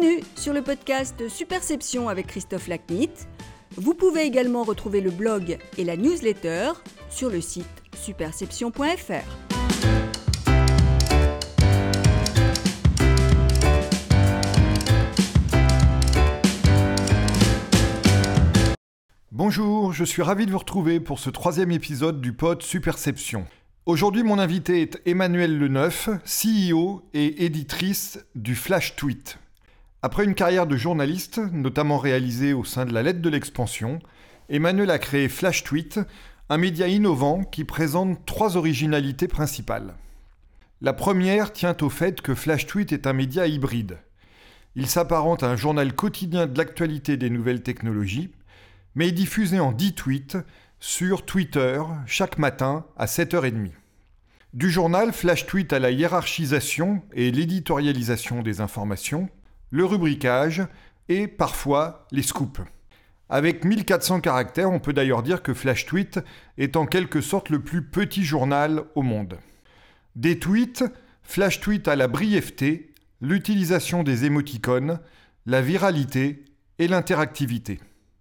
Bienvenue sur le podcast Superception avec Christophe Lacnit. Vous pouvez également retrouver le blog et la newsletter sur le site superception.fr. Bonjour, je suis ravi de vous retrouver pour ce 3e épisode du pod Superception. Aujourd'hui, mon invité est Emmanuelle Leneuf, CEO et éditrice du Flash Tweet. Après une carrière de journaliste, notamment réalisée au sein de la Lettre de l'Expansion, Emmanuelle a créé Flash Tweet, un média innovant qui présente 3 originalités principales. La première tient au fait que Flash Tweet est un média hybride. Il s'apparente à un journal quotidien de l'actualité des nouvelles technologies, mais est diffusé en 10 tweets sur Twitter chaque matin à 7h30. Du journal, Flash Tweet a la hiérarchisation et l'éditorialisation des informations, le rubricage et parfois les scoops. Avec 1400 caractères, on peut d'ailleurs dire que Flash Tweet est en quelque sorte le plus petit journal au monde. Des tweets, Flash Tweet a la brièveté, l'utilisation des émoticônes, la viralité et l'interactivité.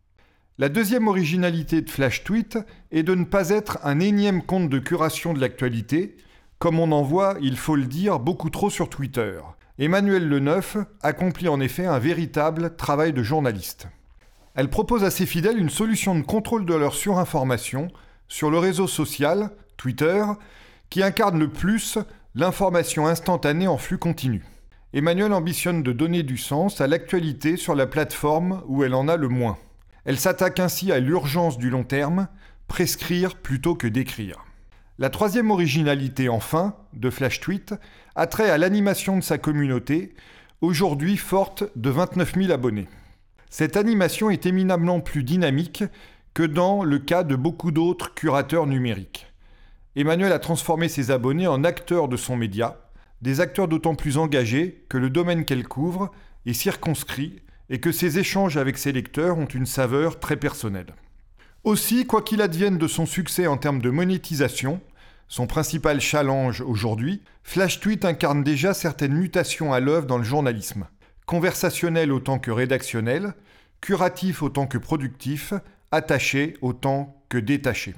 La deuxième originalité de Flash Tweet est de ne pas être un énième compte de curation de l'actualité, comme on en voit, il faut le dire, beaucoup trop sur Twitter. Emmanuelle Leneuf accomplit en effet un véritable travail de journaliste. Elle propose à ses fidèles une solution de contrôle de leur surinformation sur le réseau social, Twitter, qui incarne le plus l'information instantanée en flux continu. Emmanuelle ambitionne de donner du sens à l'actualité sur la plateforme où elle en a le moins. Elle s'attaque ainsi à l'urgence du long terme, prescrire plutôt que d'écrire. La troisième originalité, enfin, de Flash Tweet a trait à l'animation de sa communauté, aujourd'hui forte de 29 000 abonnés. Cette animation est éminemment plus dynamique que dans le cas de beaucoup d'autres curateurs numériques. Emmanuelle a transformé ses abonnés en acteurs de son média, des acteurs d'autant plus engagés que le domaine qu'elle couvre est circonscrit et que ses échanges avec ses lecteurs ont une saveur très personnelle. Aussi, quoi qu'il advienne de son succès en termes de monétisation, son principal challenge aujourd'hui, Flash Tweet incarne déjà certaines mutations à l'œuvre dans le journalisme. Conversationnel autant que rédactionnel, curatif autant que productif, attaché autant que détaché.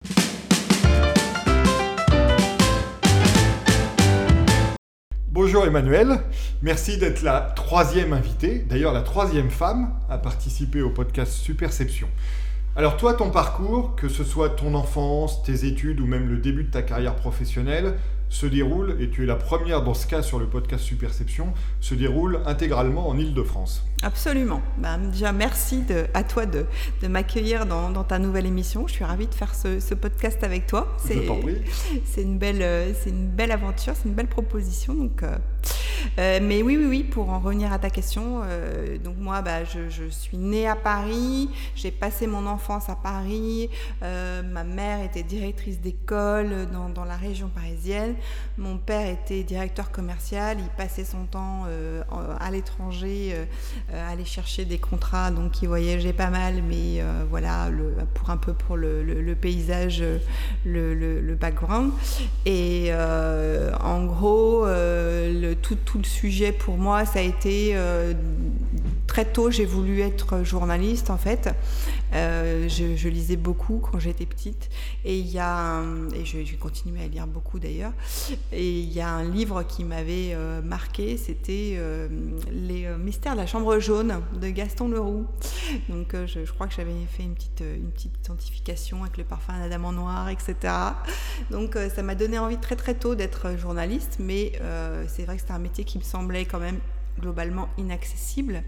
Bonjour Emmanuelle, merci d'être la 3e invitée, d'ailleurs la 3e femme à participer au podcast Superception. Alors toi, ton parcours, que ce soit ton enfance, tes études ou même le début de ta carrière professionnelle, se déroule, et tu es la première dans ce cas sur le podcast Superception, se déroule intégralement en Île-de-France. Absolument. Déjà, merci à toi de m'accueillir dans ta nouvelle émission. Je suis ravie de faire ce podcast avec toi. Je t'en prie. C'est une belle aventure, c'est une belle proposition. Donc, mais oui, pour en revenir à ta question, donc moi, je suis née à Paris, j'ai passé mon enfance à Paris, ma mère était directrice d'école dans la région parisienne, mon père était directeur commercial, il passait son temps à l'étranger, aller chercher des contrats, donc il voyageait pas mal, mais voilà, pour le paysage, le background. Et en gros, tout le sujet pour moi, ça a été très tôt, j'ai voulu être journaliste en fait. Je lisais beaucoup quand j'étais petite et je vais continuer à lire beaucoup d'ailleurs. Et il y a un livre qui m'avait marqué, c'était Les mystères de la chambre jaune de Gaston Leroux. Donc je crois que j'avais fait une petite identification avec le parfum d'Adam en noir, etc. Donc ça m'a donné envie très très tôt d'être journaliste, mais c'est vrai que c'était un métier qui me semblait quand même globalement inaccessible.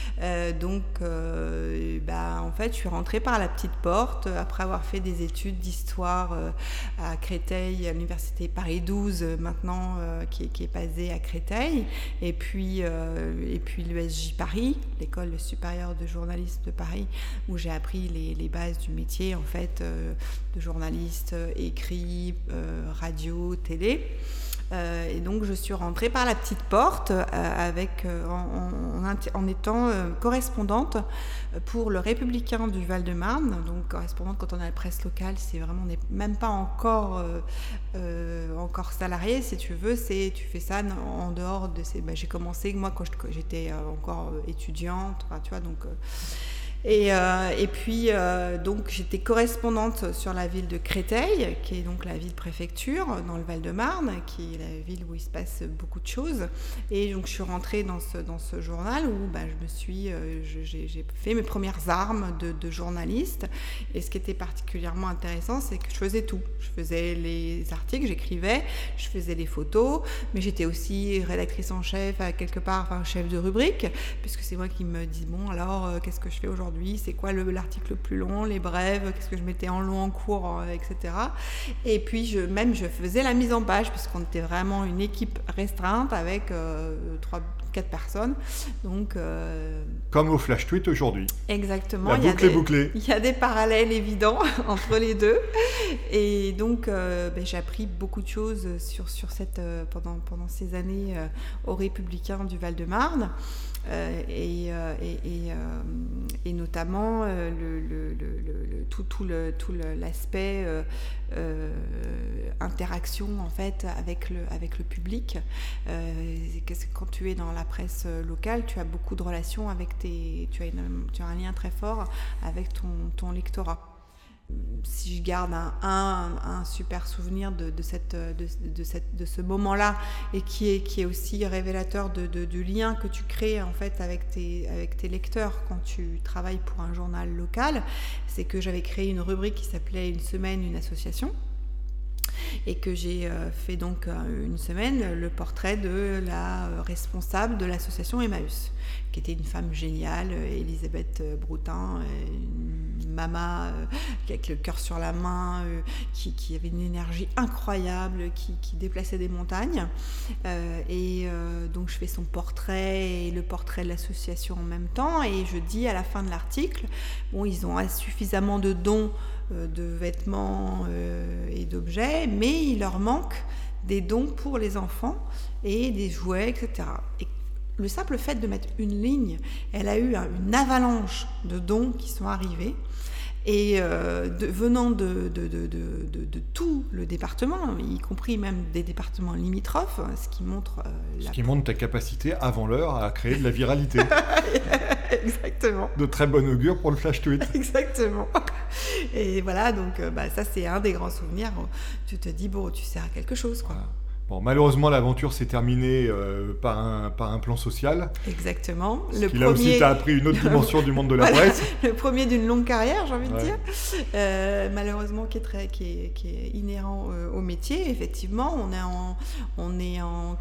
En fait, je suis rentrée par la petite porte après avoir fait des études d'histoire à Créteil, à l'université Paris 12 maintenant, qui est basée à Créteil, et puis l'ESJ Paris, l'école supérieure de journalisme de Paris, où j'ai appris les bases du métier en fait de journaliste écrit, radio, télé. Et donc je suis rentrée par la petite porte en étant correspondante pour le Républicain du Val-de-Marne. Donc correspondante quand on a la presse locale, on n'est même pas encore salarié, si tu veux. Tu fais ça en dehors de ces. J'ai commencé moi quand j'étais encore étudiante, tu vois, donc. Et puis, donc, j'étais correspondante sur la ville de Créteil, qui est donc la ville-préfecture dans le Val-de-Marne, qui est la ville où il se passe beaucoup de choses. Et donc, je suis rentrée dans ce journal où j'ai fait mes premières armes de journaliste. Et ce qui était particulièrement intéressant, c'est que je faisais tout. Je faisais les articles, j'écrivais, je faisais les photos, mais j'étais aussi rédactrice en chef, quelque part, chef de rubrique, puisque c'est moi qui me dis, bon, alors, qu'est-ce que je fais aujourd'hui ? C'est quoi l'article le plus long, les brèves, qu'est-ce que je mettais en long, en court, etc. Et puis je faisais la mise en page, puisqu'on était vraiment une équipe restreinte avec 3-4 personnes. Donc, comme au Flash Tweet aujourd'hui. Exactement. La boucle est bouclée. Il y a des parallèles évidents entre les deux. Et donc, j'ai appris beaucoup de choses pendant ces années au Républicain du Val-de-Marne. Et notamment tout l'aspect interaction en fait avec le public. Quand tu es dans la presse locale, tu as beaucoup de relations avec tu as un lien très fort avec ton lectorat. Si je garde un super souvenir de ce moment-là, et qui est aussi révélateur du lien que tu crées en fait avec tes lecteurs quand tu travailles pour un journal local, c'est que j'avais créé une rubrique qui s'appelait Une semaine, une association, et que j'ai fait donc une semaine le portrait de la responsable de l'association Emmaüs, qui était une femme géniale, Elisabeth Broutin, une maman avec le cœur sur la main, qui avait une énergie incroyable, qui déplaçait des montagnes. Donc je fais son portrait et le portrait de l'association en même temps, et je dis à la fin de l'article, bon, ils ont suffisamment de dons de vêtements et d'objets, mais il leur manque des dons pour les enfants et des jouets, etc. Et le simple fait de mettre une ligne, elle a eu une avalanche de dons qui sont arrivés, et venant de tout le département, y compris même des départements limitrophes, ce qui montre ta capacité avant l'heure à créer de la viralité. Exactement. De très bon augure pour le Flash Tweet. Exactement. Et voilà, donc ça c'est un des grands souvenirs. Tu te dis, bon, tu sers à quelque chose, quoi. Voilà. Bon, malheureusement, l'aventure s'est terminée par un plan social. Exactement. Là aussi, tu as appris une autre dimension du monde de la presse. Le premier d'une longue carrière, j'ai envie de dire. Malheureusement, qui est inhérent au métier. Effectivement, on est en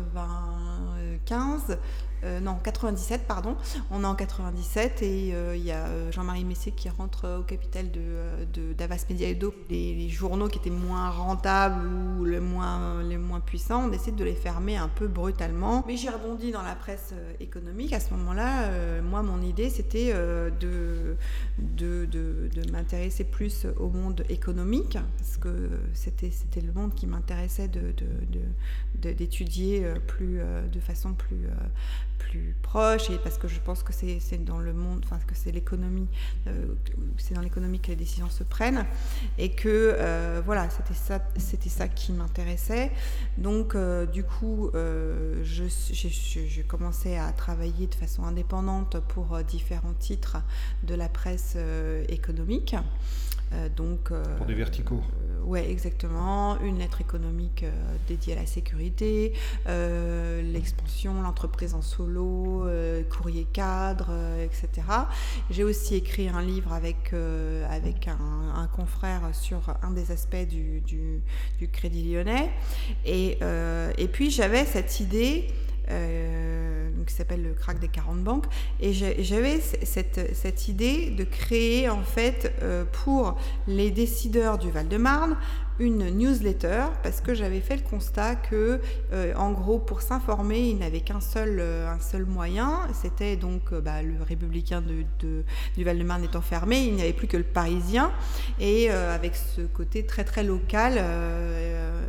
97, pardon. On est en 97 et il y a Jean-Marie Messier qui rentre au capital d'Havas Media Edo. Les journaux qui étaient moins rentables ou les moins puissants, on décide de les fermer un peu brutalement. Mais j'ai rebondi dans la presse économique. À ce moment-là, moi, mon idée, c'était de m'intéresser plus au monde économique, parce que c'était le monde qui m'intéressait d'étudier de façon plus proche, et parce que je pense que c'est dans le monde, enfin que c'est l'économie, c'est dans l'économie que les décisions se prennent, et que voilà, c'était ça qui m'intéressait. Donc du coup, j'ai commencé à travailler de façon indépendante pour différents titres de la presse économique. Pour des verticaux. Ouais, exactement. Une lettre économique dédiée à la sécurité, l'expansion, l'entreprise en solo, courrier cadre, etc. J'ai aussi écrit un livre avec un confrère sur un des aspects du Crédit Lyonnais. Et puis j'avais cette idée qui s'appelle le crack des 40 banques, et j'avais cette idée de créer en fait pour les décideurs du Val-de-Marne une newsletter, parce que j'avais fait le constat que en gros, pour s'informer, il n'avait qu'un seul moyen, c'était donc le Républicain du Val-de-Marne étant fermé, il n'y avait plus que le Parisien, et avec ce côté très très local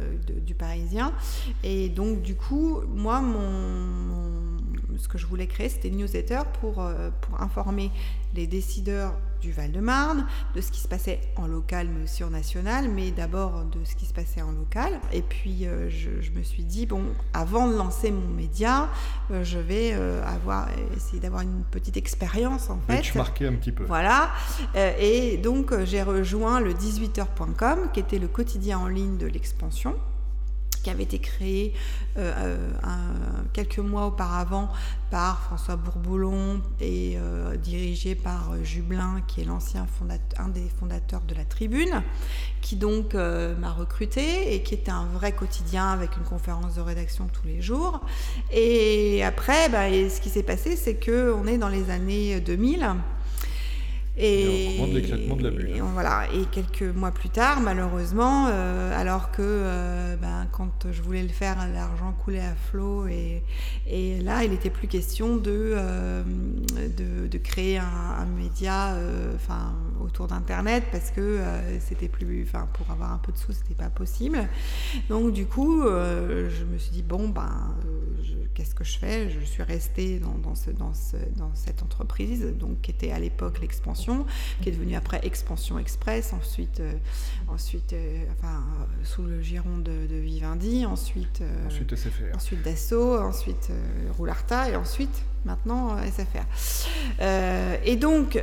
du Parisien. Et donc, du coup, moi, ce que je voulais créer, c'était une newsletter pour informer les décideurs du Val-de-Marne, de ce qui se passait en local, mais aussi en national, mais d'abord de ce qui se passait en local. Et puis, je me suis dit, bon, avant de lancer mon média, je vais essayer d'avoir une petite expérience, en fait. Benchmarker un petit peu. Voilà. Et donc, j'ai rejoint le 18h.com, qui était le quotidien en ligne de l'expansion, qui avait été créé quelques mois auparavant par François Bourboulon et dirigé par Jublin, qui est un des fondateurs de la Tribune, qui donc m'a recruté et qui était un vrai quotidien avec une conférence de rédaction tous les jours. Et après, ce qui s'est passé, c'est qu'on est dans les années 2000. Et au moment de l'éclatement de la bulle. Voilà. Et quelques mois plus tard, malheureusement, alors que quand je voulais le faire, l'argent coulait à flot, et là, il n'était plus question de créer un média autour d'Internet, parce que c'était plus, pour avoir un peu de sous, c'était pas possible. Donc du coup, je me suis dit qu'est-ce que je fais ? Je suis restée dans cette entreprise, donc qui était à l'époque l'Expansion, qui est devenue après Expansion Express, ensuite sous le giron de Vivendi, ensuite SFR, ensuite Dassault, ensuite Roularta, et ensuite maintenant SFR. Et donc,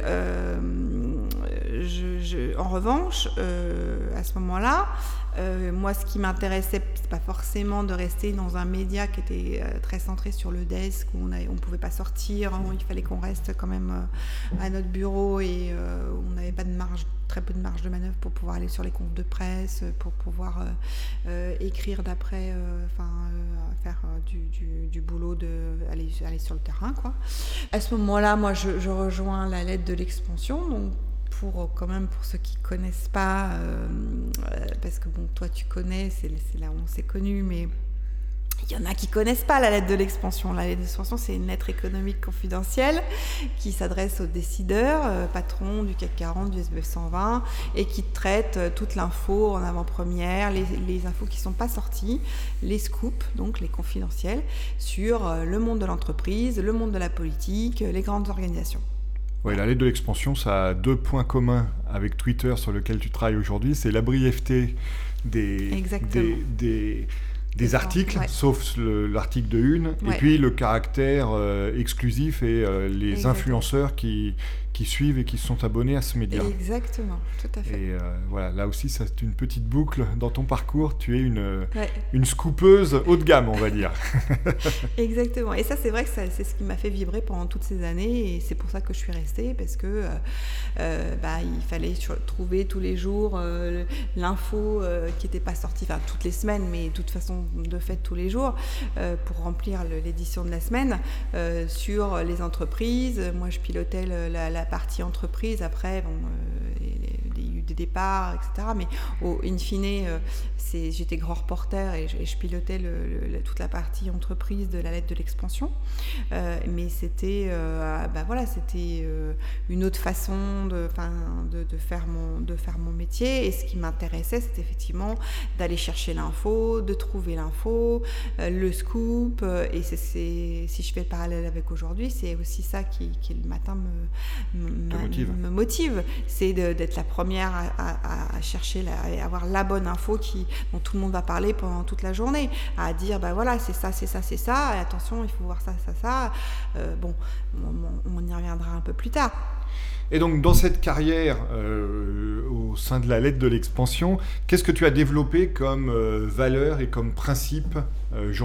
en revanche, à ce moment-là, moi, ce qui m'intéressait, c'est pas forcément de rester dans un média qui était très centré sur le desk, où on pouvait pas sortir, il fallait qu'on reste quand même à notre bureau, et on n'avait pas très peu de marge de manœuvre pour pouvoir aller sur les confs de presse, pour pouvoir écrire d'après, faire du boulot, aller sur le terrain, quoi. À ce moment-là, moi, je rejoins la lettre de l'expansion, donc pour ceux qui connaissent pas, parce que toi tu connais, c'est là où on s'est connus, mais il y en a qui connaissent pas la lettre de l'expansion. La lettre de l'expansion, c'est une lettre économique confidentielle qui s'adresse aux décideurs, patrons du CAC 40, du SBF 120, et qui traite toute l'info en avant-première, les infos qui sont pas sorties, les scoops, donc les confidentiels, sur le monde de l'entreprise, le monde de la politique, les grandes organisations. Oui, la lettre de l'expansion, ça a 2 points communs avec Twitter, sur lequel tu travailles aujourd'hui. C'est la brièveté des articles, sauf l'article de une, et puis le caractère exclusif et les influenceurs qui suivent et qui sont abonnés à ce média. Exactement, tout à fait. Et voilà, là aussi, c'est une petite boucle dans ton parcours. Tu es une scoopeuse haut de gamme, on va dire. Exactement. Et ça, c'est vrai que c'est ce qui m'a fait vibrer pendant toutes ces années, et c'est pour ça que je suis restée, parce que il fallait trouver tous les jours l'info qui n'était pas sortie, toutes les semaines, mais de toute façon, de fait, tous les jours, pour remplir l'édition de la semaine, sur les entreprises. Moi, je pilotais la partie entreprise. Après, il y a eu des départs, etc. Mais in fine, j'étais grand reporter, et je pilotais toute la partie entreprise de la lettre de l'expansion. Mais c'était, c'était une autre façon de faire mon métier. Et ce qui m'intéressait, c'était effectivement d'aller chercher l'info, de trouver l'info, le scoop. Et si je fais le parallèle avec aujourd'hui, c'est aussi ça qui le matin me motive. C'est d'être la première à chercher, à avoir la bonne info dont tout le monde va parler pendant toute la journée, à dire c'est ça, et attention, il faut voir ça. On y reviendra un peu plus tard. Et donc, dans cette carrière au sein de la lettre de l'expansion, qu'est-ce que tu as développé comme valeur et comme principe journalistique ?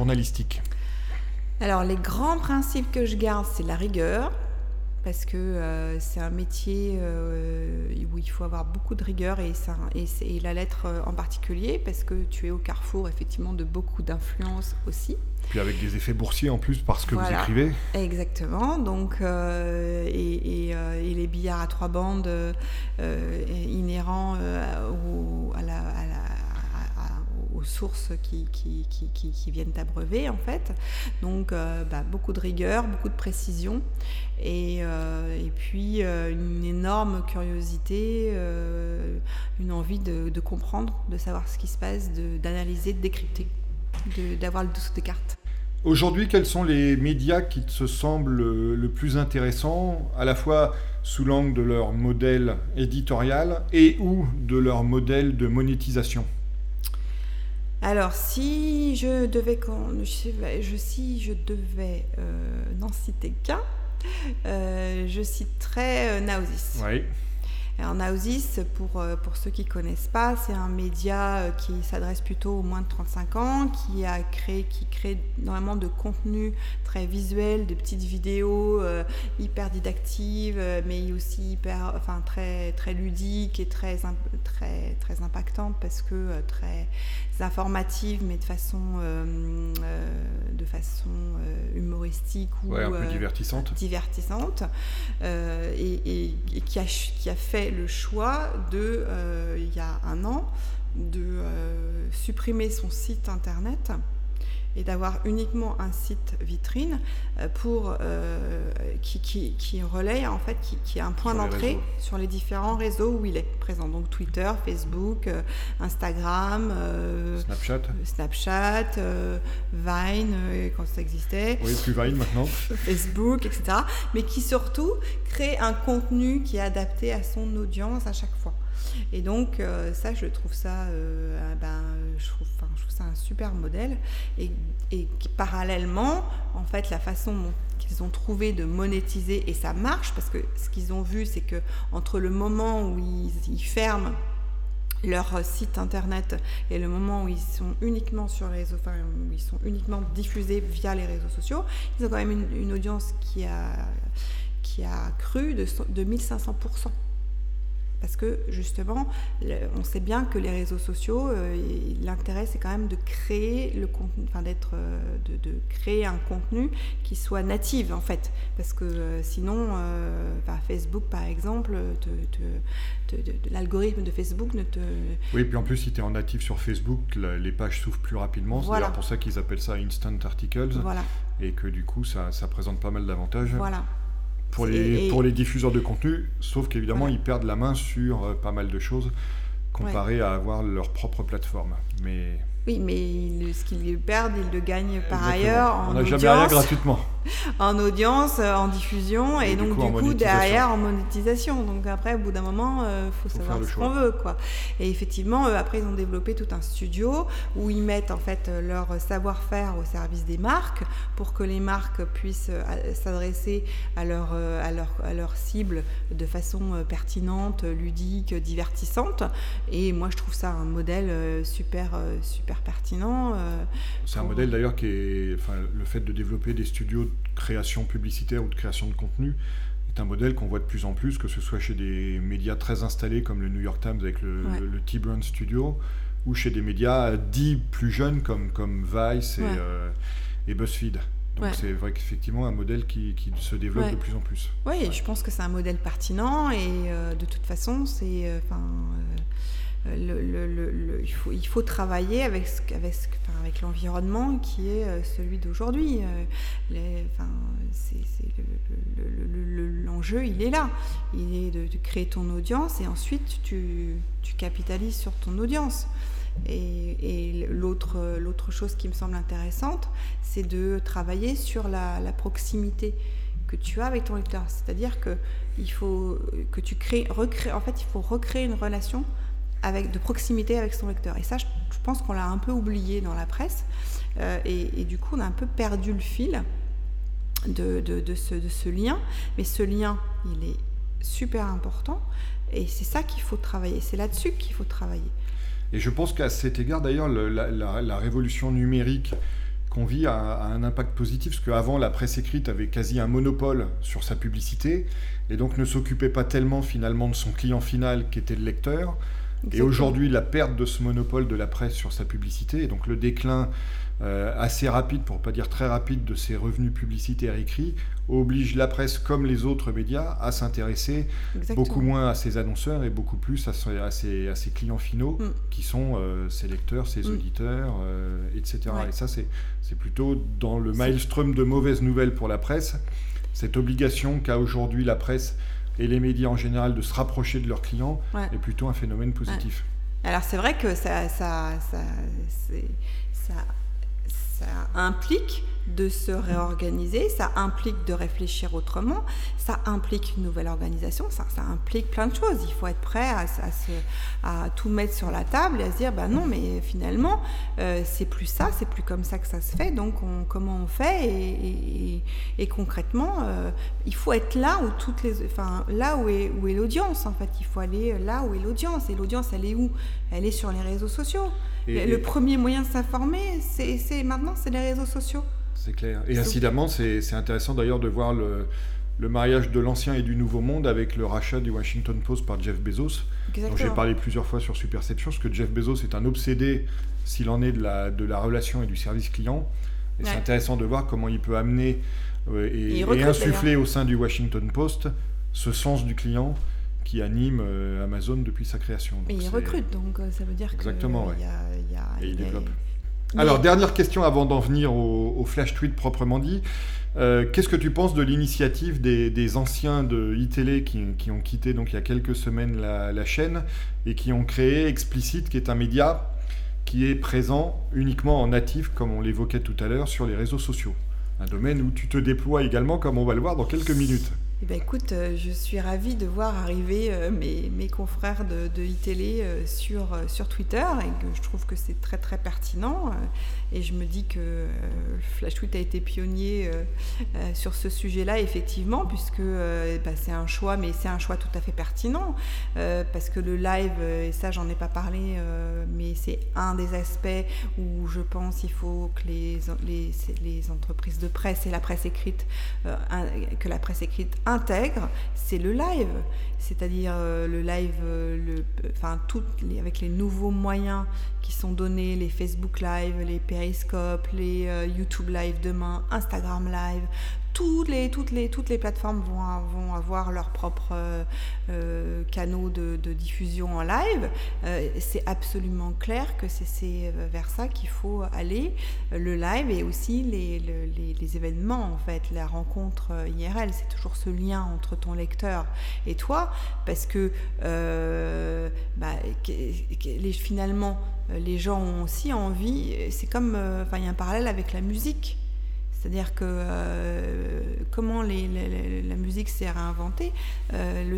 Alors, les grands principes que je garde, c'est la rigueur, parce que c'est un métier où il faut avoir beaucoup de rigueur, et la lettre en particulier, parce que tu es au carrefour effectivement de beaucoup d'influences aussi. Puis avec des effets boursiers en plus, parce que vous écrivez. Exactement. Donc, et les billards à 3 bandes inhérents au sources qui viennent t'abreuver en fait. Donc beaucoup de rigueur, beaucoup de précision et puis une énorme curiosité, une envie de comprendre, de savoir ce qui se passe, d'analyser, de décrypter, d'avoir le dessous des cartes. Aujourd'hui, quels sont les médias qui te semblent le plus intéressants, à la fois sous l'angle de leur modèle éditorial et ou de leur modèle de monétisation ? Alors, si je devais n'en citer qu'un, je citerais Naosis. Oui. Alors, Naosis, pour ceux qui ne connaissent pas, c'est un média qui s'adresse plutôt aux moins de 35 ans, qui crée énormément de contenu très visuel, de petites vidéos hyper didactives, mais aussi très, très ludiques et très, très, très impactantes parce que très informatives, mais de façon humoristique ou un peu divertissante, et qui a fait le choix il y a un an de supprimer son site internet et d'avoir uniquement un site vitrine qui relaie en fait, qui est un point d'entrée sur les différents réseaux où il est présent, donc Twitter, Facebook, Instagram, Snapchat, Vine quand ça existait. Oui, plus Vine maintenant. Facebook, etc. Mais qui surtout crée un contenu qui est adapté à son audience à chaque fois. Et donc ça, je trouve ça un super modèle et parallèlement, en fait, la façon qu'ils ont trouvé de monétiser, et ça marche parce que ce qu'ils ont vu, c'est que entre le moment où ils ferment leur site internet et le moment où ils sont uniquement sur les réseaux, où ils sont uniquement diffusés via les réseaux sociaux, ils ont quand même une audience qui a cru de 1500%. Parce que justement, on sait bien que les réseaux sociaux, l'intérêt c'est quand même de créer le contenu, de créer un contenu qui soit natif en fait. Parce que sinon, Facebook par exemple, l'algorithme de Facebook ne te... Oui, puis en plus si tu es en natif sur Facebook, les pages s'ouvrent plus rapidement. C'est d'ailleurs pour ça qu'ils appellent ça Instant Articles. Voilà. Et que du coup, ça présente pas mal d'avantages. Voilà. Pour les diffuseurs de contenu, sauf qu'évidemment, ils perdent la main sur pas mal de choses comparé à avoir leur propre plateforme. Mais... Oui, mais ce qu'ils perdent, ils le gagnent par Exactement. ailleurs en audience. On n'a jamais rien gratuitement. En audience, en diffusion, et donc du coup derrière en monétisation. Donc après, au bout d'un moment, faut savoir ce qu'on veut, quoi. Et effectivement, après, ils ont développé tout un studio où ils mettent en fait leur savoir-faire au service des marques pour que les marques puissent s'adresser à leur cible de façon pertinente, ludique, divertissante. Et moi, je trouve ça un modèle super pertinent. C'est un modèle d'ailleurs qui est, le fait de développer des studios de création publicitaire ou de création de contenu est un modèle qu'on voit de plus en plus, que ce soit chez des médias très installés comme le New York Times avec le T-Brand Studio, ou chez des médias dits plus jeunes comme Vice et BuzzFeed. Donc c'est vrai qu'effectivement un modèle qui se développe de plus en plus. Oui, je pense que c'est un modèle pertinent et de toute façon c'est... il faut travailler avec l'environnement qui est celui d'aujourd'hui. L'enjeu, il est là. Il est de créer ton audience et ensuite tu capitalises sur ton audience. Et l'autre chose qui me semble intéressante, c'est de travailler sur la proximité que tu as avec ton lecteur. C'est-à-dire qu'il faut que tu recréer une relation de proximité avec son lecteur. Et ça, je pense qu'on l'a un peu oublié dans la presse. Et du coup, on a un peu perdu le fil de ce lien. Mais ce lien, il est super important. Et c'est ça qu'il faut travailler. C'est là-dessus qu'il faut travailler. Et je pense qu'à cet égard, d'ailleurs, la révolution numérique qu'on vit a un impact positif, parce qu'avant, la presse écrite avait quasi un monopole sur sa publicité, et donc ne s'occupait pas tellement finalement de son client final, qui était le lecteur. Et aujourd'hui, la perte de ce monopole de la presse sur sa publicité, et donc le déclin assez rapide, pour ne pas dire très rapide, de ses revenus publicitaires écrits, oblige la presse, comme les autres médias, à s'intéresser beaucoup moins à ses annonceurs et beaucoup plus à ses clients finaux, qui sont ses lecteurs, ses auditeurs, etc. Ouais. Et ça, c'est plutôt dans le maelstrom de mauvaises nouvelles pour la presse, cette obligation qu'a aujourd'hui la presse et les médias en général de se rapprocher de leurs clients est plutôt un phénomène positif. Ouais. Alors c'est vrai que ça implique de se réorganiser, ça implique de réfléchir autrement, ça implique une nouvelle organisation, ça implique plein de choses. Il faut être prêt à tout mettre sur la table et à se dire non, mais finalement c'est plus ça, c'est plus comme ça que ça se fait, donc comment on fait et concrètement il faut être là où là où est l'audience en fait. Il faut aller là où est l'audience, et l'audience elle est où? Elle est sur les réseaux sociaux. Le premier moyen de s'informer, maintenant c'est les réseaux sociaux. C'est clair. Et incidemment, c'est intéressant d'ailleurs de voir le mariage de l'ancien et du nouveau monde avec le rachat du Washington Post par Jeff Bezos, dont j'ai parlé plusieurs fois sur Superception, parce que Jeff Bezos est un obsédé, s'il en est, de la relation et du service client. Et c'est intéressant de voir comment il peut amener et insuffler au sein du Washington Post ce sens du client qui anime Amazon depuis sa création. Donc il recrute, donc ça veut dire exactement, et il développe. Alors, dernière question avant d'en venir au flash tweet proprement dit. Qu'est-ce que tu penses de l'initiative des anciens de iTélé qui ont quitté donc il y a quelques semaines la chaîne et qui ont créé Explicit, qui est un média qui est présent uniquement en natif, comme on l'évoquait tout à l'heure, sur les réseaux sociaux. Un domaine où tu te déploies également, comme on va le voir dans quelques minutes. Écoute, je suis ravie de voir arriver mes confrères de iTélé sur Twitter, et que je trouve que c'est très très pertinent, et je me dis que Flash Tweet a été pionnier sur ce sujet-là effectivement, puisque c'est un choix, mais c'est un choix tout à fait pertinent, parce que le live, et ça j'en ai pas parlé, mais c'est un des aspects où je pense qu'il faut que les entreprises de presse et la presse écrite, que la presse écrite intègre, c'est le live, c'est-à-dire le live, avec les nouveaux moyens qui sont donnés, les Facebook Live, les Periscope, les YouTube Live demain, Instagram Live, toutes les plateformes vont avoir leurs propres canaux de diffusion en live. C'est absolument clair que c'est vers ça qu'il faut aller. Le live et aussi les événements, en fait, la rencontre IRL, c'est toujours ce lien entre ton lecteur et toi, parce que finalement, les gens ont aussi envie, c'est comme, il y a un parallèle avec la musique. C'est-à-dire que comment la musique s'est réinventée, la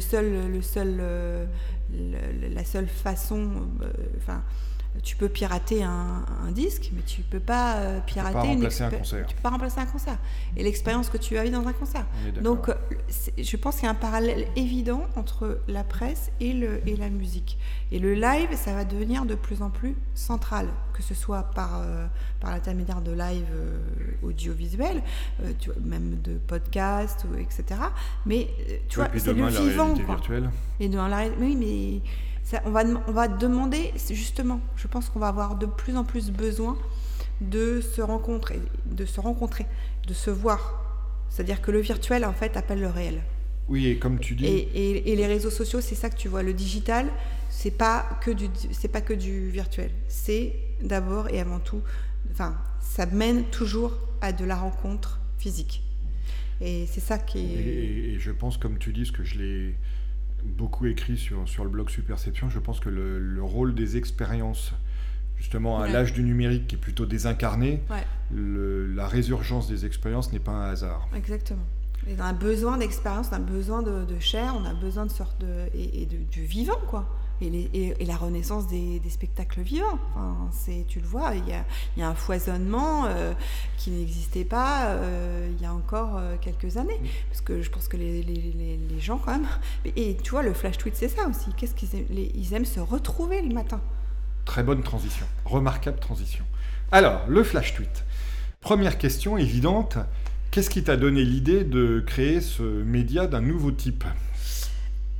seule façon, tu peux pirater un disque, mais tu peux pas pirater un concert. Tu peux pas remplacer un concert. Et l'expérience que tu as eue dans un concert. Donc, je pense qu'il y a un parallèle évident entre la presse et la musique. Et le live, ça va devenir de plus en plus central, que ce soit par l'intermédiaire de live audiovisuel, même de podcasts, etc. Mais tu vois, c'est le vivant, quoi. Virtuelle. Et oui, mais ça, on va demander, justement, je pense qu'on va avoir de plus en plus besoin de se rencontrer, de se voir. C'est-à-dire que le virtuel, en fait, appelle le réel. Oui, et comme tu dis... Et les réseaux sociaux, c'est ça que tu vois. Le digital, c'est pas que du virtuel. C'est d'abord et avant tout... ça mène toujours à de la rencontre physique. Et c'est ça qui est... Et je pense, comme tu dis, ce que je l'ai beaucoup écrit sur le blog Superception, je pense que le rôle des expériences, justement à l'âge du numérique qui est plutôt désincarné, la résurgence des expériences n'est pas un hasard. Exactement. Et on a besoin d'expérience, on a besoin de chair, on a besoin du vivant, quoi. Et la renaissance des spectacles vivants. Tu le vois, il y a un foisonnement qui n'existait pas il y a encore quelques années. Parce que je pense que les gens, quand même... Et tu vois, le flash tweet, c'est ça aussi. Qu'est-ce qu'ils aiment ? Ils aiment se retrouver le matin. Très bonne transition. Remarquable transition. Alors, le flash tweet. Première question évidente. Qu'est-ce qui t'a donné l'idée de créer ce média d'un nouveau type ?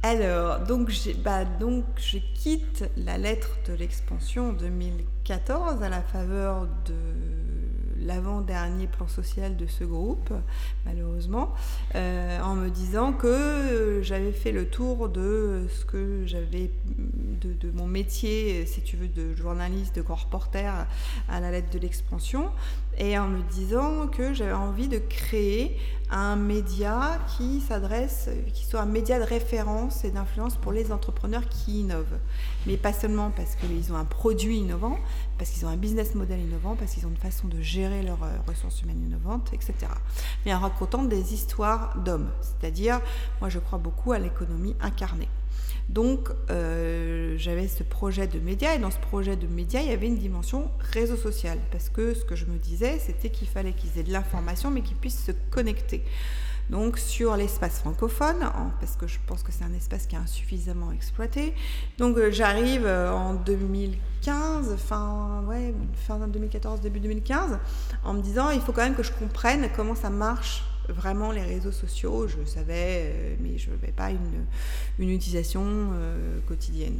Alors, donc je quitte la lettre de l'expansion en 2014 à la faveur de l'avant-dernier plan social de ce groupe, malheureusement, en me disant que j'avais fait le tour de ce que j'avais, de mon métier, si tu veux, de journaliste, de grand reporter à la lettre de l'expansion, et en me disant que j'avais envie de créer un média qui soit un média de référence et d'influence pour les entrepreneurs qui innovent. Mais pas seulement parce qu'ils ont un produit innovant, parce qu'ils ont un business model innovant, parce qu'ils ont une façon de gérer leurs ressources humaines innovantes, etc. Mais en racontant des histoires d'hommes. C'est-à-dire, moi je crois beaucoup à l'économie incarnée. Donc, j'avais ce projet de média, et dans ce projet de média, il y avait une dimension réseau social, parce que ce que je me disais, c'était qu'il fallait qu'ils aient de l'information, mais qu'ils puissent se connecter. Donc, sur l'espace francophone, parce que je pense que c'est un espace qui est insuffisamment exploité. Donc, j'arrive en 2015, fin 2014, début 2015, en me disant, il faut quand même que je comprenne comment ça marche vraiment les réseaux sociaux. Je savais, mais je n'avais pas une utilisation quotidienne.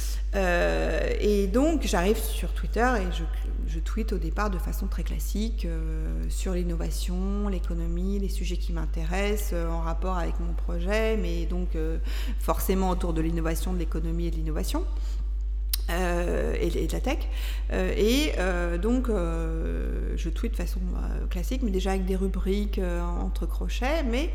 Et donc j'arrive sur Twitter et je tweete au départ de façon très classique sur l'innovation, l'économie, les sujets qui m'intéressent en rapport avec mon projet, mais donc forcément autour de l'innovation, de l'économie et de l'innovation. Et de la tech. Donc, je tweete de façon classique, mais déjà avec des rubriques entre crochets. Mais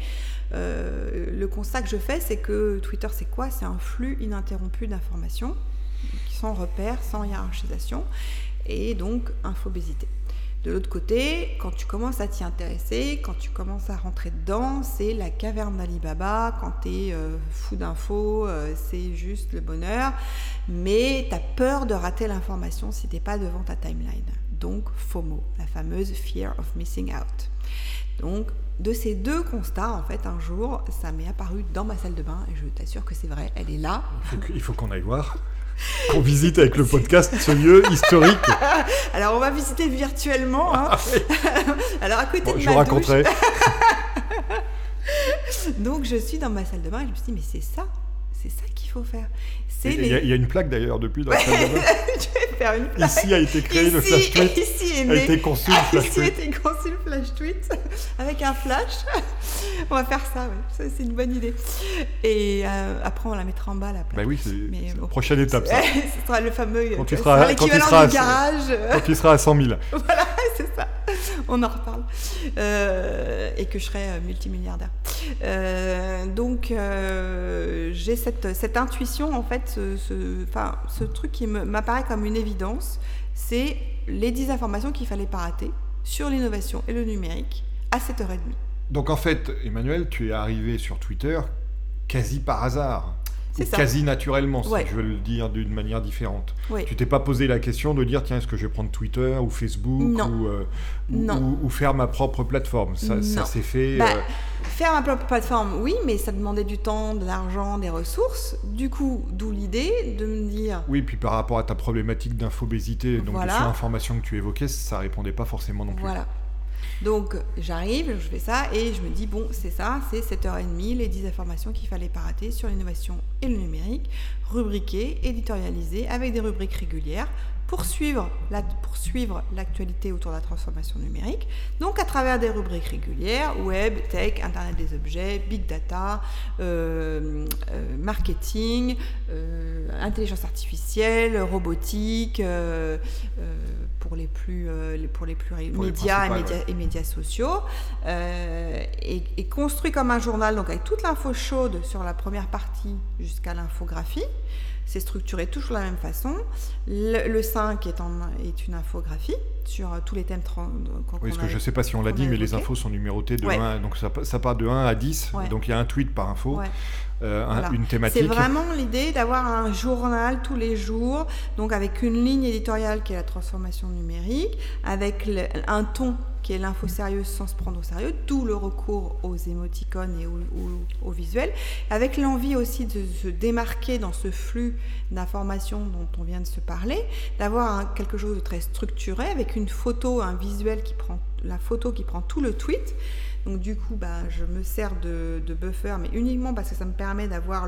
le constat que je fais, c'est que Twitter, c'est quoi ? C'est un flux ininterrompu d'informations, sans repère, sans hiérarchisation, et donc infobésité. De l'autre côté, quand tu commences à t'y intéresser, quand tu commences à rentrer dedans, c'est la caverne d'Ali Baba. Quand tu es fou d'infos, c'est juste le bonheur. Mais tu as peur de rater l'information si tu n'es pas devant ta timeline. Donc FOMO, la fameuse Fear of Missing Out. Donc, de ces deux constats, en fait, un jour, ça m'est apparu dans ma salle de bain, et je t'assure que c'est vrai, elle est là. Il faut qu'on aille voir. Qu'on visite avec le podcast ce lieu historique. Alors on va visiter virtuellement. Hein. Alors à côté de je ma vous raconterai. Donc je suis dans ma salle de bain et je me suis dit mais c'est ça qu'il faut faire. Il y a une plaque d'ailleurs depuis dans la salle de bain. Je vais faire une plaque. Ici a été créé le flash tweet. A été conçu le flash tweet. Ici a été conçu le flash tweet avec un flash. On va faire ça, ouais. Ça, c'est une bonne idée. Et après on la mettra en bas la plaque. Bah oui, c'est la prochaine étape ça. Ce sera le fameux. Quand tu seras l'équivalent du garage. Quand tu seras à 100 000. Voilà, c'est ça. On en reparle. Et que je serai multimilliardaire. Donc j'ai cette intuition en fait, ce truc qui m'apparaît comme une évidence, c'est les 10 informations qu'il fallait pas rater sur l'innovation et le numérique à 7h30. Donc en fait, Emmanuel, tu es arrivé sur Twitter quasi par hasard. C'est ça. Quasi naturellement, Ouais. si je veux le dire d'une manière différente. Oui. Tu t'es pas posé la question de dire tiens, est-ce que je vais prendre Twitter ou Facebook ou faire ma propre plateforme. Ça s'est fait. Faire ma propre plateforme, oui, mais ça demandait du temps, de l'argent, des ressources. Du coup, d'où l'idée de me dire. Oui, puis par rapport à ta problématique d'infobésité, donc Voilà. de surinformation que tu évoquais, ça répondait pas forcément non plus. Voilà. Donc j'arrive, je fais ça et je me dis bon c'est ça, c'est 7h30, les 10 informations qu'il fallait pas rater sur l'innovation et le numérique, rubriquées, éditorialisées avec des rubriques régulières pour suivre l'actualité autour de la transformation numérique, donc à travers des rubriques régulières, web, tech, internet des objets, big data, marketing, intelligence artificielle, robotique, pour les plus médias et médias sociaux, et construit comme un journal, donc avec toute l'info chaude sur la première partie jusqu'à l'infographie. C'est structuré toujours de la même façon. Le 5 est une infographie sur tous les thèmes Oui, parce que je ne sais pas si on l'a dit, mais les infos sont numérotées de 1, donc ça part de 1 à 10, donc il y a un tweet par info, voilà. Une thématique. C'est vraiment l'idée d'avoir un journal tous les jours, donc avec une ligne éditoriale qui est la transformation numérique, avec un ton qui est l'info sérieuse sans se prendre au sérieux, d'où le recours aux émoticônes et aux visuels, avec l'envie aussi de se démarquer dans ce flux d'informations dont on vient de se parler, d'avoir quelque chose de très structuré, avec une photo, un visuel la photo qui prend tout le tweet, Donc du coup, je me sers de buffer, mais uniquement parce que ça me permet d'avoir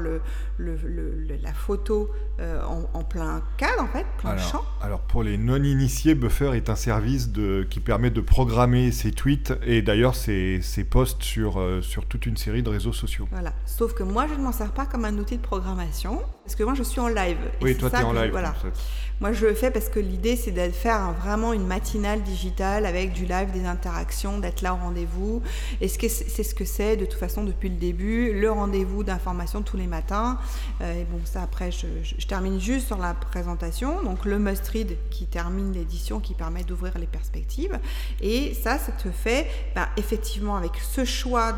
la photo en plein cadre, en fait, plein champ. Alors pour les non-initiés, Buffer est un service qui permet de programmer ses tweets et d'ailleurs ses posts sur toute une série de réseaux sociaux. Voilà. Sauf que moi, je ne m'en sers pas comme un outil de programmation, parce que moi, je suis en live. Oui, toi, tu es en live. Voilà. Moi, je le fais parce que l'idée, c'est de faire vraiment une matinale digitale avec du live, des interactions, d'être là au rendez-vous. Et c'est ce que c'est, de toute façon, depuis le début, le rendez-vous d'information tous les matins. Et bon, ça, après, je termine juste sur la présentation. Donc, le must-read qui termine l'édition, qui permet d'ouvrir les perspectives. Et ça te fait, effectivement, avec ce choix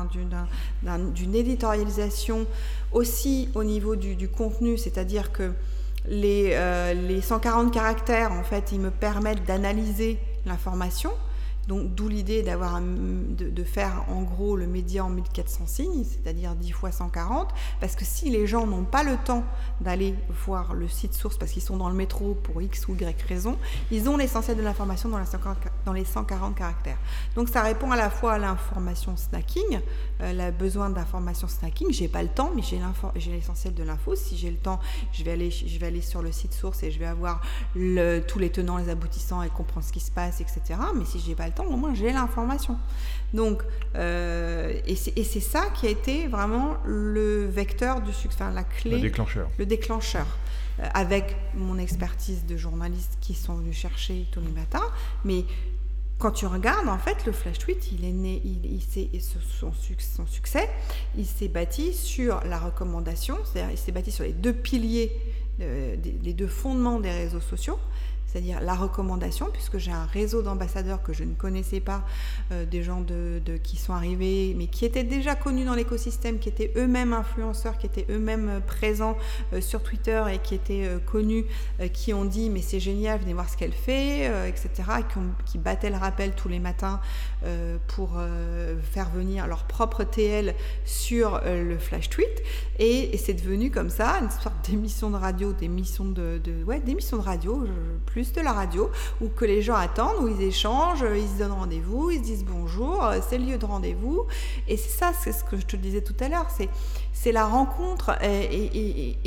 d'une éditorialisation aussi au niveau du contenu, c'est-à-dire que les 140 caractères, en fait, ils me permettent d'analyser l'information. Donc, d'où l'idée de faire en gros le média en 1400 signes, c'est-à-dire 10 fois 140, parce que si les gens n'ont pas le temps d'aller voir le site source parce qu'ils sont dans le métro pour X ou Y raison, ils ont l'essentiel de l'information dans les 140 caractères. Donc, ça répond à la fois à l'information snacking, le besoin d'information snacking. J'ai pas le temps, mais j'ai l'essentiel de l'info. Si j'ai le temps, je vais aller sur le site source et je vais avoir tous les tenants, les aboutissants et comprendre ce qui se passe, etc. Mais si j'ai pas le temps, au moins j'ai l'information. Donc, et c'est ça qui a été vraiment le vecteur du succès, la clé, le déclencheur. Avec mon expertise de journaliste qui sont venus chercher tous les matins, mais quand tu regardes, en fait, le flash tweet, il est né, son succès, il s'est bâti sur la recommandation, c'est-à-dire il s'est bâti sur les deux piliers, les deux fondements des réseaux sociaux, c'est-à-dire la recommandation, puisque j'ai un réseau d'ambassadeurs que je ne connaissais pas, des gens qui sont arrivés, mais qui étaient déjà connus dans l'écosystème, qui étaient eux-mêmes influenceurs, qui étaient eux-mêmes présents sur Twitter et qui étaient connus, qui ont dit « mais c'est génial, venez voir ce qu'elle fait », etc., qui battaient le rappel tous les matins pour faire venir leur propre TL sur le flash tweet. Et c'est devenu comme ça, une sorte d'émission de radio, d'émission de radio, plus de la radio, où que les gens attendent, où ils échangent, ils se donnent rendez-vous, ils se disent bonjour, c'est le lieu de rendez-vous. Et c'est ça, c'est ce que je te disais tout à l'heure, c'est la rencontre et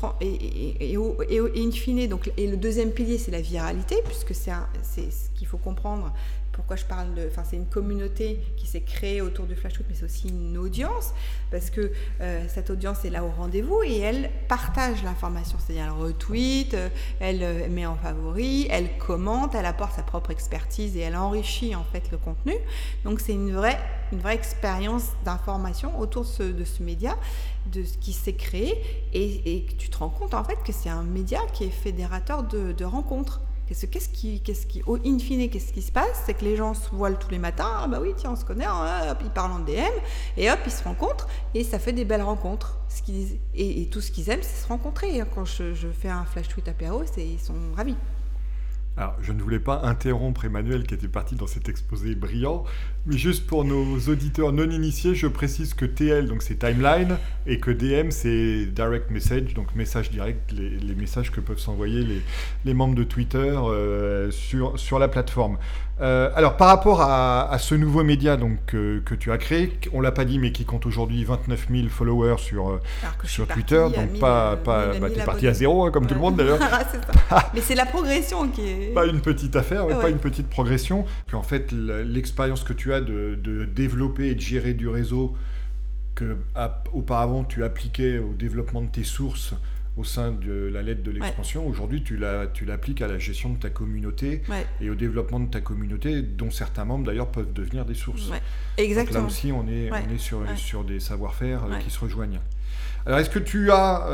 in fine, donc, et le deuxième pilier, c'est la viralité, puisque c'est ce qu'il faut comprendre. Pourquoi je parle c'est une communauté qui s'est créée autour du flash tweet, mais c'est aussi une audience, parce que cette audience est là au rendez-vous et elle partage l'information, c'est-à-dire elle retweet, elle met en favori, elle commente, elle apporte sa propre expertise et elle enrichit en fait le contenu. Donc c'est une vraie expérience d'information autour de ce média, de ce qui s'est créé, et tu te rends compte en fait que c'est un média qui est fédérateur de rencontres. Qu'est-ce qui in fine, qu'est-ce qui se passe? C'est que les gens se voient tous les matins, ah bah oui, tiens, on se connaît, hop, ils parlent en DM, et hop, ils se rencontrent, et ça fait des belles rencontres. Et tout ce qu'ils aiment, c'est se rencontrer. Quand je fais un flash tweet apéro, ils sont ravis. Alors, je ne voulais pas interrompre Emmanuel qui était parti dans cet exposé brillant, mais juste pour nos auditeurs non initiés, je précise que TL, donc c'est timeline, et que DM, c'est direct message, donc message direct, les messages que peuvent s'envoyer les membres de Twitter sur la plateforme. Alors, par rapport à ce nouveau média donc, que tu as créé, on ne l'a pas dit, mais qui compte aujourd'hui 29 000 followers sur Twitter, donc tu es parti à zéro, comme tout le monde d'ailleurs. C'est ça. Mais c'est la progression qui est... Pas une petite affaire, pas une petite progression. Puis en fait, l'expérience que tu as de développer et de gérer du réseau que auparavant tu appliquais au développement de tes sources au sein de la lettre de l'expansion, aujourd'hui tu l'appliques à la gestion de ta communauté et au développement de ta communauté, dont certains membres d'ailleurs peuvent devenir des sources. Ouais. Exactement. Donc là aussi on est sur des savoir-faire qui se rejoignent. Alors est-ce que tu as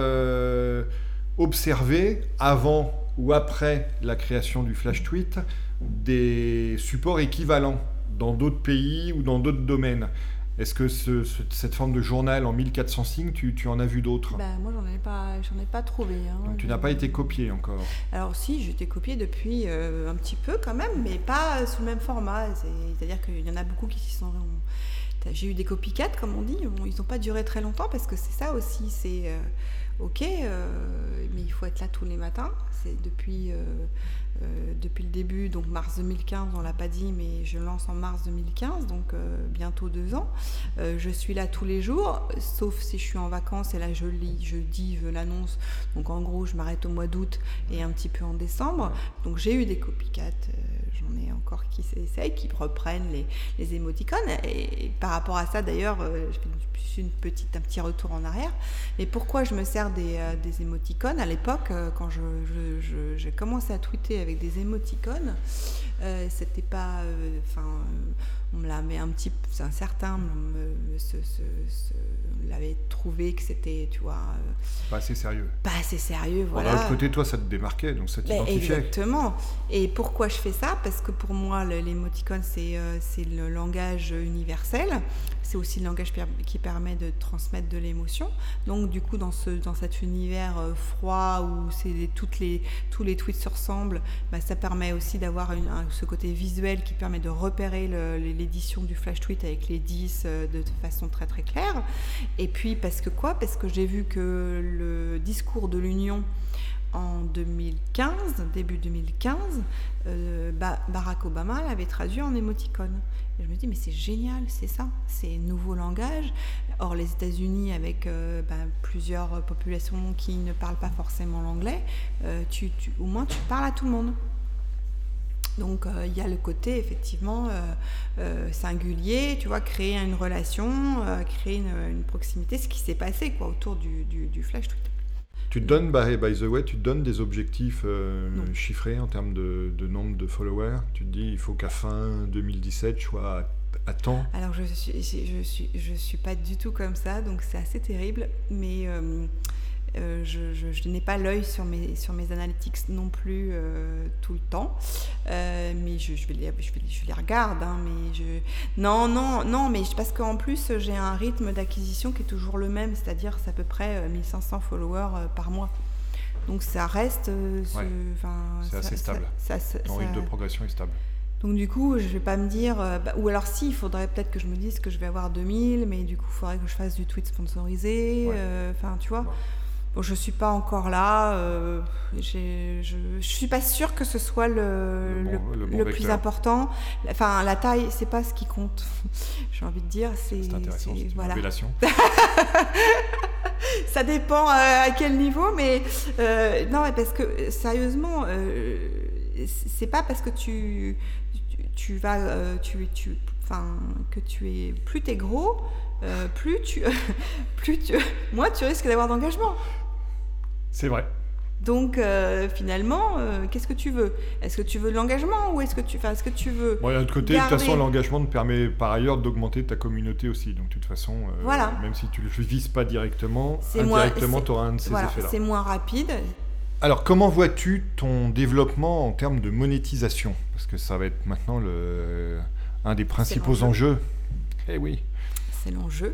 observé avant ou après la création du flash tweet des supports équivalents dans d'autres pays ou dans d'autres domaines? Est-ce que cette forme de journal en 1400 signes, tu en as vu d'autres? Moi, j'en ai pas trouvé. Donc tu n'as pas été copié encore? Alors si, j'ai été copié depuis un petit peu quand même, mais pas sous le même format. C'est-à-dire qu'il y en a beaucoup qui s'y sont... J'ai eu des copycats, comme on dit. Ils n'ont pas duré très longtemps parce que c'est ça aussi. ok, mais il faut être là tous les matins. C'est depuis le début, donc mars 2015, on l'a pas dit, mais je lance en mars 2015, donc bientôt 2 ans. Je suis là tous les jours, sauf si je suis en vacances, et là je l'annonce. Donc en gros, je m'arrête au mois d'août et un petit peu en décembre. Donc j'ai eu des copycats, j'en ai encore qui s'essayent, qui reprennent les émoticônes. Et par rapport à ça, d'ailleurs, je fais un petit retour en arrière. Mais pourquoi je me sers des émoticônes ? À l'époque, quand j'ai commencé à tweeter avec des émoticônes, c'était pas... on me l'avait certains l'avaient trouvé que c'était, tu vois... pas assez sérieux. Pas assez sérieux, voilà. D'un autre côté, toi, ça te démarquait, donc ça t'identifiait. Exactement. Et pourquoi je fais ça ? Parce que pour moi, l'émoticône, c'est le langage universel. C'est aussi le langage qui permet de transmettre de l'émotion. Donc, du coup, dans cet univers froid où tous les tweets se ressemblent, ça permet aussi d'avoir ce côté visuel qui permet de repérer l'édition du flash tweet avec les 10 de façon très très claire. Et puis, parce que j'ai vu que le discours de l'Union en 2015, début 2015, Barack Obama l'avait traduit en émoticône. Et je me dis, mais c'est génial, c'est ça, c'est nouveau langage. Or, les États-Unis, avec plusieurs populations qui ne parlent pas forcément l'anglais, au moins tu parles à tout le monde. Donc, il y a le côté, effectivement, singulier, tu vois, créer une relation, créer une proximité, ce qui s'est passé autour du flash tweet. Tu te donnes, by the way, tu te donnes des objectifs chiffrés en termes de nombre de followers. Tu te dis, il faut qu'à fin 2017, je sois à temps. Alors, je suis pas du tout comme ça, donc c'est assez terrible, mais je n'ai pas l'œil sur mes analytics non plus tout le temps, mais je les regarde, hein, mais non, mais parce qu'en plus j'ai un rythme d'acquisition qui est toujours le même, c'est-à-dire c'est à peu près 1500 followers par mois. Donc ça reste, c'est assez stable. Ton rythme de progression est stable. Donc du coup, je vais pas me dire... ou alors si, il faudrait peut-être que je me dise que je vais avoir 2000, mais du coup, il faudrait que je fasse du tweet sponsorisé. Tu vois. Bon, je suis pas encore là. Je suis pas sûre que ce soit le plus important. Enfin, la taille, c'est pas ce qui compte. J'ai envie de dire. C'est intéressant, c'est une révélation. Ça dépend à quel niveau, mais non, mais parce que sérieusement, c'est pas parce que plus t'es gros, moins tu risques d'avoir d'engagement. C'est vrai. Donc finalement, qu'est-ce que tu veux ? Est-ce que tu veux de l'engagement ou est-ce que tu veux de l'autre côté, de toute façon, l'engagement te permet par ailleurs d'augmenter ta communauté aussi. Donc de toute façon, même si tu ne le vises pas directement, indirectement, tu auras un de ces effets-là. C'est moins rapide. Alors, comment vois-tu ton développement en termes de monétisation ? Parce que ça va être maintenant un des principaux enjeux. Eh oui. C'est l'enjeu.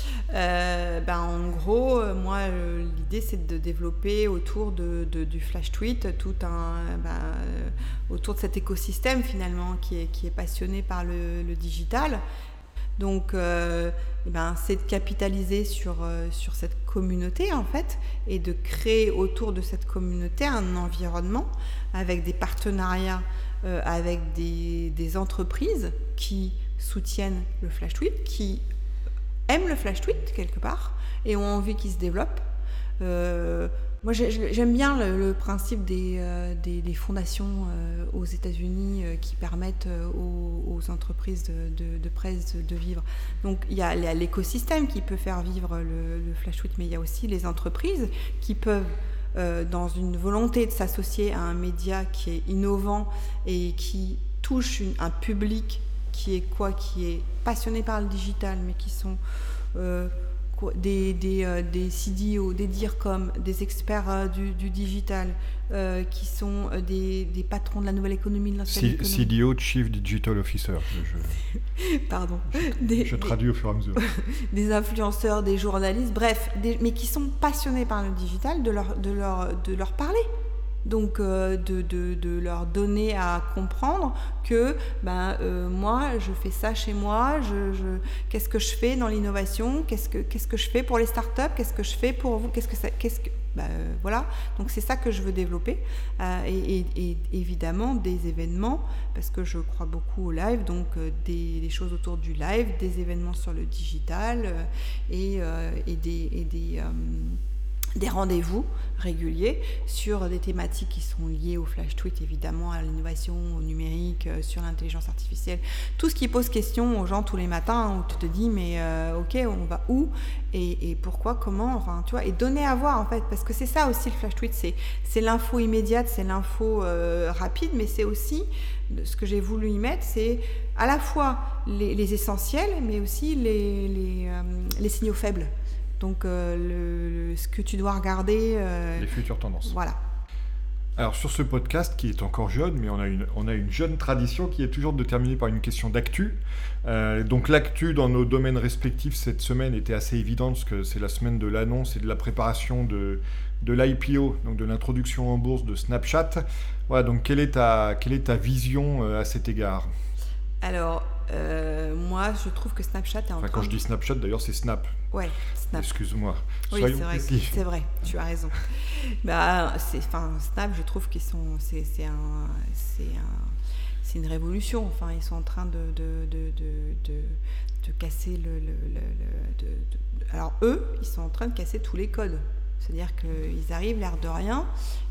En gros, moi, l'idée, c'est de développer autour du flash tweet autour de cet écosystème, finalement, qui est passionné par le digital. Donc, c'est de capitaliser sur cette communauté, en fait, et de créer autour de cette communauté un environnement avec des partenariats, avec des entreprises qui soutiennent le flash tweet, qui aiment le flash tweet, quelque part, et ont envie qu'il se développe. Moi, j'aime bien le principe des fondations aux États-Unis qui permettent aux entreprises de presse de vivre. Donc, il y a l'écosystème qui peut faire vivre le flash tweet, mais il y a aussi les entreprises qui peuvent, dans une volonté de s'associer à un média qui est innovant et qui touche un public qui est passionné par le digital, mais qui sont... des CDO, des DIRCOM, des experts du digital, qui sont des patrons de la nouvelle économie, de l'ancienne économie. CDO, Chief Digital Officer. Pardon. Je traduis au fur et à mesure. Des influenceurs, des journalistes, bref, mais qui sont passionnés par le digital, de leur parler. Donc de leur donner à comprendre que moi je fais ça chez moi, qu'est-ce que je fais dans l'innovation, qu'est-ce que je fais pour les startups, qu'est-ce que je fais pour vous, voilà, donc c'est ça que je veux développer, et évidemment des événements, parce que je crois beaucoup au live, donc des choses autour du live, des événements sur le digital, et des rendez-vous réguliers sur des thématiques qui sont liées au flash tweet, évidemment, à l'innovation, au numérique, sur l'intelligence artificielle, tout ce qui pose question aux gens tous les matins, où tu te dis mais ok, on va où et pourquoi, comment, enfin tu vois, et donner à voir en fait, parce que c'est ça aussi le flash tweet, c'est l'info immédiate, c'est l'info rapide, mais c'est aussi ce que j'ai voulu y mettre, c'est à la fois les essentiels, mais aussi les signaux faibles. Donc ce que tu dois regarder... les futures tendances. Voilà. Alors sur ce podcast qui est encore jeune, mais on a une jeune tradition qui est toujours de terminer par une question d'actu. Donc l'actu dans nos domaines respectifs cette semaine était assez évidente, parce que c'est la semaine de l'annonce et de la préparation de l'IPO, donc de l'introduction en bourse de Snapchat. Voilà, donc quelle est ta vision à cet égard ? Alors, moi, je trouve que Snapchat est en train... Quand je dis Snapchat, d'ailleurs, c'est Snap. Ouais, Snap. Excuse-moi. Oui, c'est vrai, tu as raison. Snap, je trouve qu'ils sont... C'est une révolution. Enfin, ils sont en train de casser alors, eux, ils sont en train de casser tous les codes. C'est-à-dire qu'ils arrivent l'air de rien,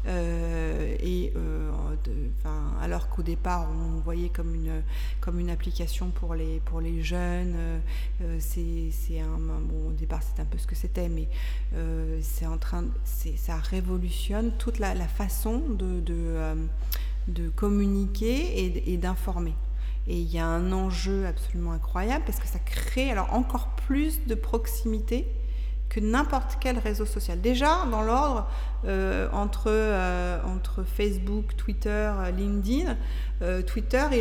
alors qu'au départ on voyait comme une application pour les jeunes, au départ c'était un peu ce que c'était, mais ça révolutionne toute la façon de communiquer et d'informer. Et il y a un enjeu absolument incroyable, parce que ça crée alors encore plus de proximité que n'importe quel réseau social. Déjà, dans l'ordre, entre Facebook, Twitter, LinkedIn, Twitter est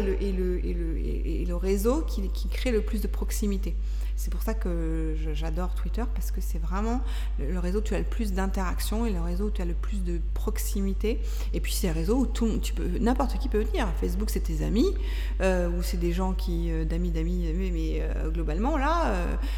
le réseau qui crée le plus de proximité. C'est pour ça que j'adore Twitter, parce que c'est vraiment le réseau où tu as le plus d'interaction et le réseau où tu as le plus de proximité. Et puis c'est un réseau où n'importe qui peut venir. Facebook, c'est tes amis, ou c'est des gens d'amis, mais globalement là,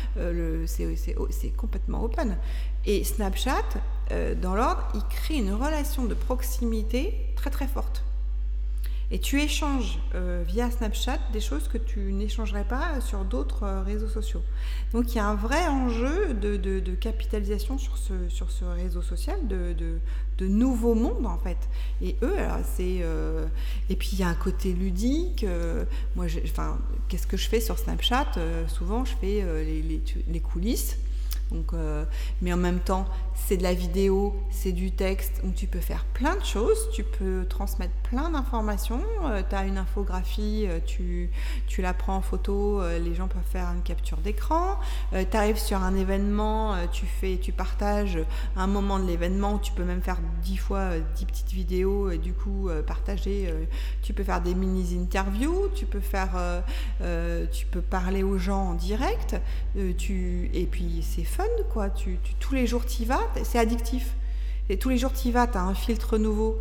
c'est complètement open. Et Snapchat, dans l'ordre, il crée une relation de proximité très très forte. Et tu échanges via Snapchat des choses que tu n'échangerais pas sur d'autres réseaux sociaux. Donc il y a un vrai enjeu de capitalisation sur ce réseau social, de nouveaux mondes en fait. Et eux, alors, et puis il y a un côté ludique. Moi, qu'est-ce que je fais sur Snapchat ? Souvent, je fais les coulisses. Donc, mais en même temps, c'est de la vidéo, c'est du texte, donc tu peux faire plein de choses, tu peux transmettre plein d'informations, tu as une infographie, tu la prends en photo, les gens peuvent faire une capture d'écran, tu arrives sur un événement, tu partages un moment de l'événement, tu peux même faire 10 petites vidéos, et du coup partager, tu peux faire des mini-interviews, tu peux parler aux gens en direct, et puis c'est fun quoi, tous les jours t'y vas, c'est addictif. Et tous les jours t'y vas, t'as un filtre nouveau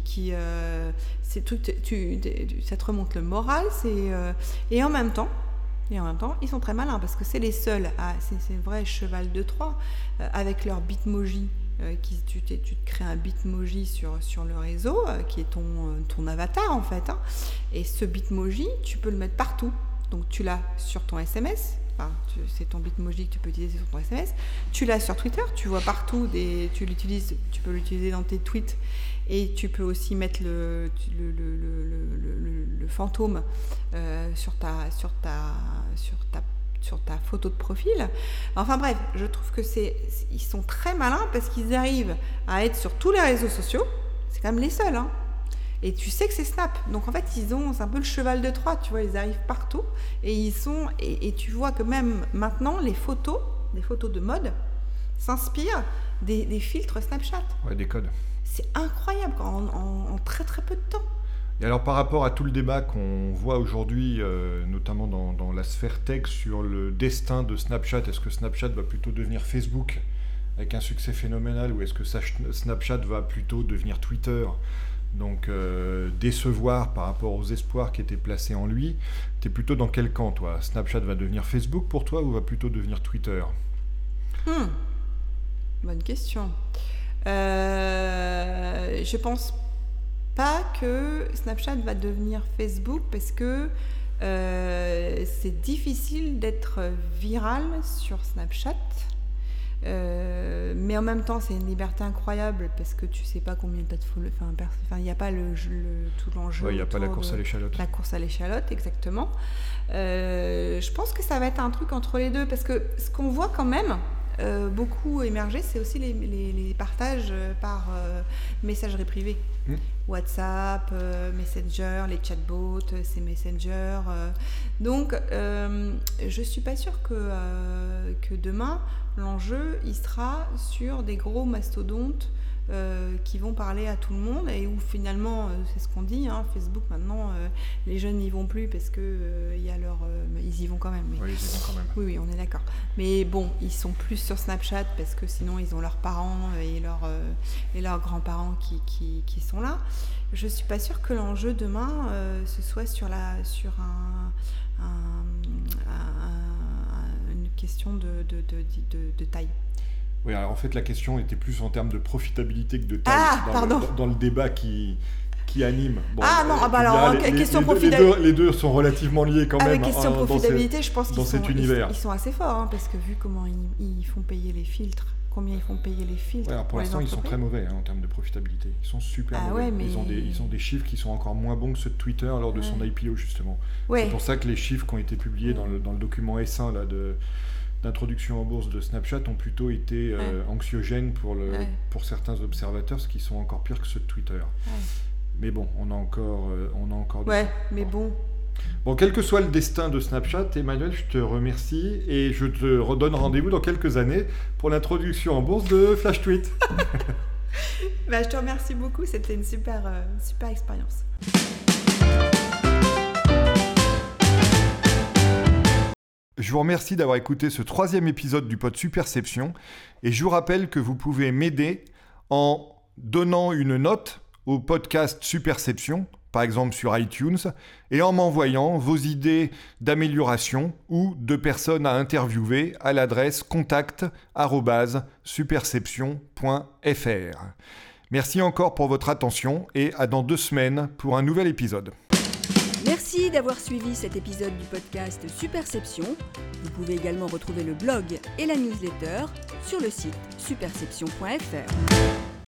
ça te remonte le moral, et en même temps, ils sont très malins, parce que c'est les seuls, c'est un vrai cheval de Troie, avec leur Bitmoji. Tu te crées un Bitmoji sur le réseau, qui est ton avatar en fait, hein. Et ce Bitmoji, tu peux le mettre partout. Donc tu l'as sur ton SMS. C'est ton Bitmoji que tu peux utiliser sur ton SMS. Tu l'as sur Twitter, tu vois partout, tu peux l'utiliser dans tes tweets, et tu peux aussi mettre le fantôme sur ta photo de profil. Enfin bref, je trouve que ils sont très malins, parce qu'ils arrivent à être sur tous les réseaux sociaux. C'est quand même les seuls, hein. Et tu sais que c'est Snap. Donc en fait, c'est un peu le cheval de Troie, tu vois, ils arrivent partout. Et et tu vois que même maintenant, les photos de mode s'inspirent des filtres Snapchat. Ouais, des codes. C'est incroyable, en très très peu de temps. Et alors par rapport à tout le débat qu'on voit aujourd'hui, notamment dans la sphère tech, sur le destin de Snapchat, est-ce que Snapchat va plutôt devenir Facebook avec un succès phénoménal, ou est-ce que Snapchat va plutôt devenir Twitter ? Donc décevoir par rapport aux espoirs qui étaient placés en lui. T'es plutôt dans quel camp, toi ? Snapchat va devenir Facebook pour toi ou va plutôt devenir Twitter ? Bonne question. Je pense pas que Snapchat va devenir Facebook parce que c'est difficile d'être viral sur Snapchat. Mais en même temps c'est une liberté incroyable parce que tu sais pas combien t'as de followers, il n'y a pas tout l'enjeu, il n'y a pas la course à l'échalote. La course à l'échalote, exactement. Je pense que ça va être un truc entre les deux parce que ce qu'on voit quand même beaucoup émerger, c'est aussi les partages par messagerie privée. WhatsApp, Messenger, les chatbots, ces Messenger. Donc, je suis pas sûre que demain, l'enjeu, il sera sur des gros mastodontes qui vont parler à tout le monde et où finalement, c'est ce qu'on dit, Facebook maintenant, les jeunes n'y vont plus parce que ils y vont quand même. Mais... Oui, ils y vont quand même. Oui, on est d'accord. Mais bon, ils sont plus sur Snapchat parce que sinon, ils ont leurs parents et leurs grands-parents qui sont là. Je suis pas sûre que l'enjeu demain, ce soit sur une question de taille. Oui, alors en fait, la question était plus en termes de profitabilité que de taille dans le débat qui anime. Bon, question profitabilité. Les deux sont relativement liés quand même. Question profitabilité, je pense qu'ils sont assez forts, parce que vu comment ils font payer les filtres, combien ils font payer les filtres. Ouais, alors pour l'instant, ils sont très mauvais en termes de profitabilité. Ils sont super mauvais. Ouais, mais... Ils ont des chiffres qui sont encore moins bons que ceux de Twitter lors de son IPO, justement. Ouais. C'est pour ça que les chiffres qui ont été publiés dans le document S1 là, d'introduction en bourse de Snapchat ont plutôt été anxiogènes pour certains observateurs, ce qui sont encore pires que ceux de Twitter. Ouais. Mais bon, on a encore mais bon. Bon, quel que soit le destin de Snapchat, Emmanuel, je te remercie et je te redonne rendez-vous dans quelques années pour l'introduction en bourse de Flash Tweet. Je te remercie beaucoup, c'était une super expérience. Je vous remercie d'avoir écouté ce 3e épisode du pod Superception et je vous rappelle que vous pouvez m'aider en donnant une note au podcast Superception, par exemple sur iTunes, et en m'envoyant vos idées d'amélioration ou de personnes à interviewer à l'adresse contact@superception.fr. Merci encore pour votre attention et à dans 2 semaines pour un nouvel épisode. Merci d'avoir suivi cet épisode du podcast Superception. Vous pouvez également retrouver le blog et la newsletter sur le site superception.fr.